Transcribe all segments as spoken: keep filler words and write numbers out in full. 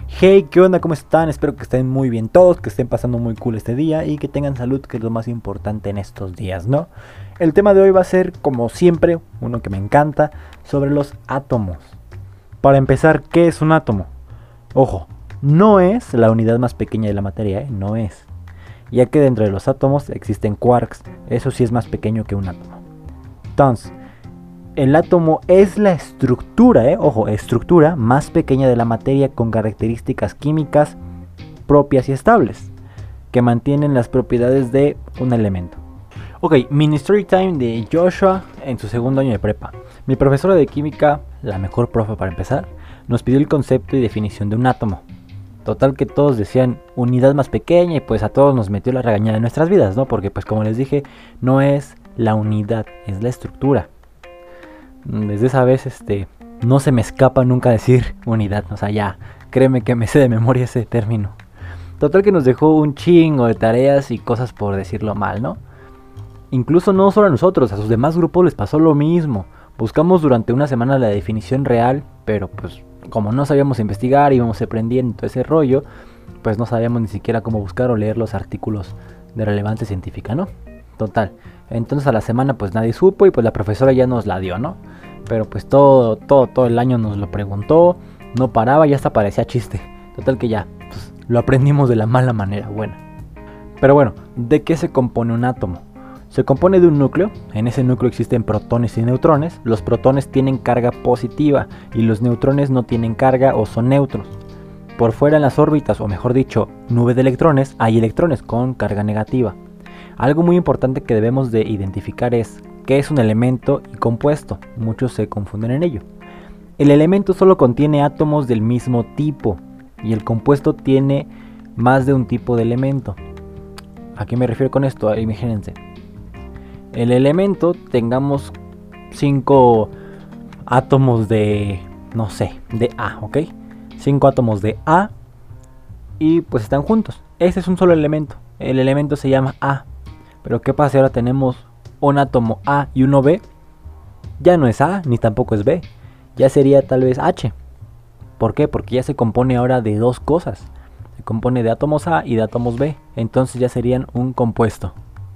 Hey, ¿qué onda? ¿Cómo están? Espero que estén muy bien todos, que estén pasando muy cool este día y que tengan salud, que es lo más importante en estos días, ¿no? El tema de hoy va a ser, como siempre, uno que me encanta, sobre los átomos. Para empezar, ¿qué es un átomo? Ojo, no es la unidad más pequeña de la materia, ¿eh? No es. Ya que dentro de los átomos existen quarks, eso sí es más pequeño que un átomo. Entonces, el átomo es la estructura, eh, ojo, estructura más pequeña de la materia con características químicas propias y estables, que mantienen las propiedades de un elemento. Ok, mini story time de Joshua en su segundo año de prepa. Mi profesora de química, la mejor profe para empezar, nos pidió el concepto y definición de un átomo. Total que todos decían unidad más pequeña y pues a todos nos metió la regañada en nuestras vidas, ¿no? Porque pues como les dije, no es la unidad, es la estructura. Desde esa vez este no se me escapa nunca decir unidad, o sea, ya, créeme que me sé de memoria ese término. Total que nos dejó un chingo de tareas y cosas por decirlo mal, ¿no? Incluso no solo a nosotros, a sus demás grupos les pasó lo mismo. Buscamos durante una semana la definición real, pero pues como no sabíamos investigar, íbamos aprendiendo todo ese rollo, pues no sabíamos ni siquiera cómo buscar o leer los artículos de relevancia científica, ¿no? Total, entonces a la semana pues nadie supo y pues la profesora ya nos la dio, ¿no? Pero pues todo, todo, todo el año nos lo preguntó, no paraba y hasta parecía chiste. Total que ya, pues, lo aprendimos de la mala manera, buena. Pero bueno, ¿de qué se compone un átomo? Se compone de un núcleo, en ese núcleo existen protones y neutrones, los protones tienen carga positiva y los neutrones no tienen carga o son neutros. Por fuera en las órbitas, o mejor dicho, nube de electrones, hay electrones con carga negativa. Algo muy importante que debemos de identificar es qué es un elemento y compuesto, muchos se confunden en ello. El elemento solo contiene átomos del mismo tipo y el compuesto tiene más de un tipo de elemento. ¿A qué me refiero con esto? Imagínense. El elemento, tengamos cinco átomos de, no sé, de A, ¿ok? cinco átomos de A y pues están juntos. Ese es un solo elemento. El elemento se llama A. Pero ¿qué pasa si ahora tenemos un átomo A y uno B? Ya no es A, ni tampoco es B. Ya sería tal vez H. ¿Por qué? Porque ya se compone ahora de dos cosas. Se compone de átomos A y de átomos B. Entonces ya serían un compuesto.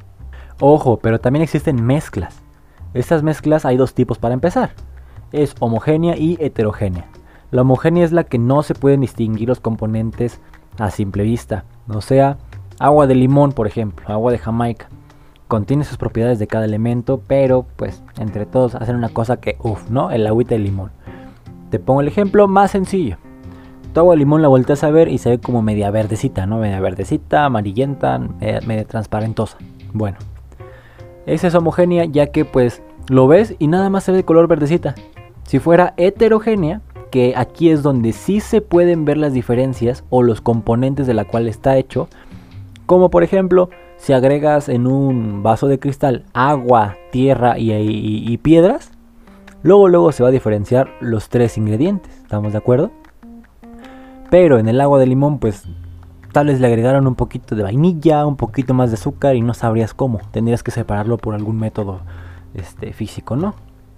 Ojo, pero también existen mezclas. Estas mezclas hay dos tipos para empezar. Es homogénea y heterogénea. La homogénea es la que no se pueden distinguir los componentes a simple vista. O sea, agua de limón, por ejemplo, agua de Jamaica. Contiene sus propiedades de cada elemento, pero pues entre todos hacen una cosa que, uff, ¿no? El agüita de limón. Te pongo el ejemplo más sencillo. Tu agua de limón la volteas a ver y se ve como media verdecita, ¿no? Media verdecita, amarillenta, media, media transparentosa. Bueno, esa es homogénea ya que pues lo ves y nada más se ve de color verdecita. Si fuera heterogénea, que aquí es donde sí se pueden ver las diferencias o los componentes de la cual está hecho, como por ejemplo, si agregas en un vaso de cristal agua, tierra y, y, y piedras, luego luego se va a diferenciar los tres ingredientes, ¿estamos de acuerdo? Pero en el agua de limón pues tal vez le agregaron un poquito de vainilla, un poquito más de azúcar y no sabrías cómo, tendrías que separarlo por algún método este, físico, ¿no?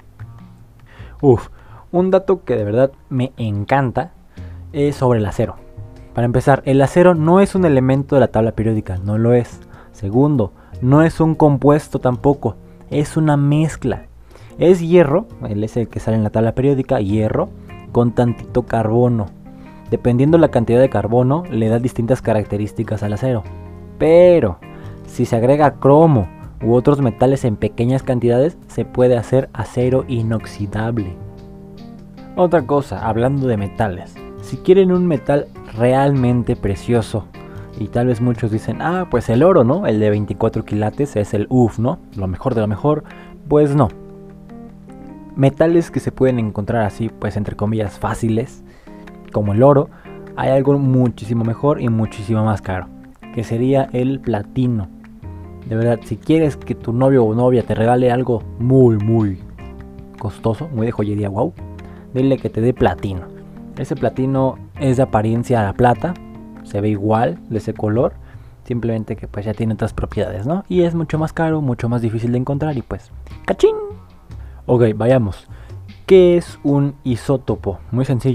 Uf, un dato que de verdad me encanta es sobre el acero. Para empezar, el acero no es un elemento de la tabla periódica, no lo es. Segundo, no es un compuesto tampoco, es una mezcla. Es hierro, el es el que sale en la tabla periódica, hierro, con tantito carbono. Dependiendo la cantidad de carbono, le da distintas características al acero. Pero, si se agrega cromo u otros metales en pequeñas cantidades, se puede hacer acero inoxidable. Otra cosa, hablando de metales, si quieren un metal realmente precioso, y tal vez muchos dicen, ah, pues el oro, ¿no? El de veinticuatro quilates es el U F, ¿no? Lo mejor de lo mejor. Pues no. Metales que se pueden encontrar así, pues entre comillas, fáciles, como el oro, hay algo muchísimo mejor y muchísimo más caro, que sería el platino. De verdad, si quieres que tu novio o novia te regale algo muy, muy costoso, muy de joyería, wow, dile que te dé platino. Ese platino es de apariencia a la plata, se ve igual de ese color, simplemente que pues ya tiene otras propiedades, ¿no? Y es mucho más caro, mucho más difícil de encontrar y pues ¡cachín! Ok, vayamos. ¿Qué es un isótopo? Muy sencillo.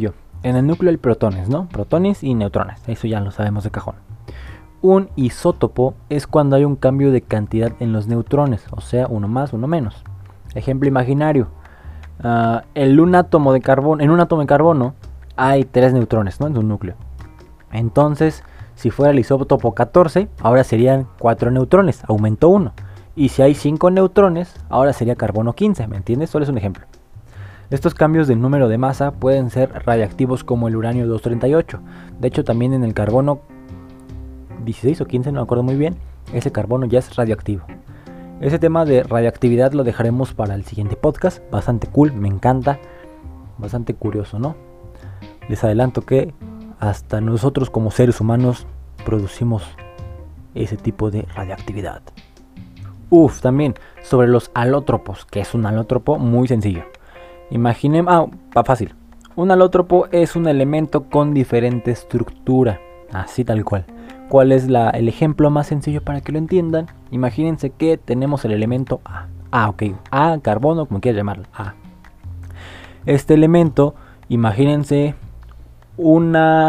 En el núcleo hay protones, ¿no? Protones y neutrones, eso ya lo sabemos de cajón. Un isótopo es cuando hay un cambio de cantidad en los neutrones, o sea, uno más, uno menos. Ejemplo imaginario, uh, en, un átomo de carbono, en un átomo de carbono hay tres neutrones, ¿no? En su núcleo. Entonces, si fuera el isótopo catorce, ahora serían cuatro neutrones, aumentó uno. Y si hay cinco neutrones, ahora sería carbono quince, ¿me entiendes? Solo es un ejemplo. Estos cambios de número de masa pueden ser radiactivos como el uranio doscientos treinta y ocho. De hecho, también en el carbono dieciséis o quince, no me acuerdo muy bien, ese carbono ya es radioactivo. Ese tema de radioactividad lo dejaremos para el siguiente podcast. Bastante cool, me encanta. Bastante curioso, ¿no? Les adelanto que hasta nosotros como seres humanos producimos ese tipo de radioactividad. Uf, también sobre los alótropos, que es un alótropo muy sencillo. Imaginen, ah, va fácil. Un alótropo es un elemento con diferente estructura, así tal cual. ¿Cuál es la, el ejemplo más sencillo para que lo entiendan? Imagínense que tenemos el elemento A. Ah, ok, A, carbono, como quieras llamarlo, A. Este elemento, imagínense una...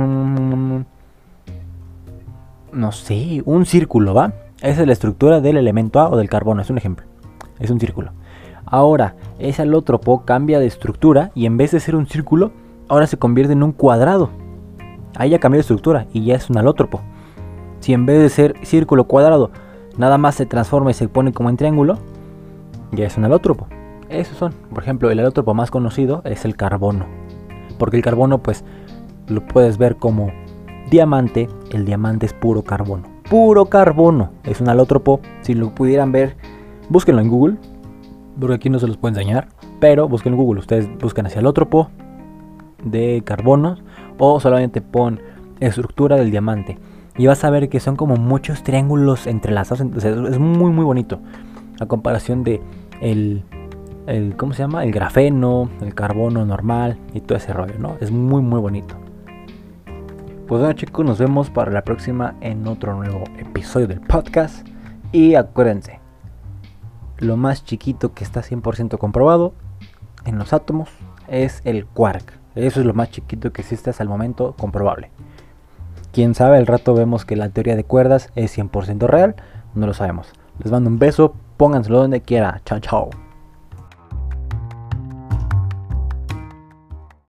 no sé, un círculo, ¿va? Esa es la estructura del elemento A o del carbono, es un ejemplo. Es un círculo. Ahora, ese alótropo cambia de estructura y en vez de ser un círculo, ahora se convierte en un cuadrado. Ahí ya cambió de estructura y ya es un alótropo. Si en vez de ser círculo cuadrado, nada más se transforma y se pone como en triángulo, ya es un alótropo. Esos son, por ejemplo, el alótropo más conocido es el carbono. Porque el carbono, pues, lo puedes ver como diamante. El diamante es puro carbono. Puro carbono. Es un alótropo. Si lo pudieran ver, búsquenlo en Google. Porque aquí no se los puedo enseñar. Pero busquen en Google. Ustedes buscan hacia alótropo de carbono. O solamente pon estructura del diamante. Y vas a ver que son como muchos triángulos entrelazados. O sea, es muy muy bonito. A comparación de el, el, ¿cómo se llama? El grafeno, el carbono normal y todo ese rollo, ¿no? Es muy muy bonito. Pues bueno, chicos, nos vemos para la próxima en otro nuevo episodio del podcast. Y acuérdense, lo más chiquito que está cien por ciento comprobado en los átomos es el quark. Eso es lo más chiquito que existe hasta el momento comprobable. Quién sabe, al rato vemos que la teoría de cuerdas es cien por ciento real. No lo sabemos. Les mando un beso, pónganselo donde quiera. Chao, chao.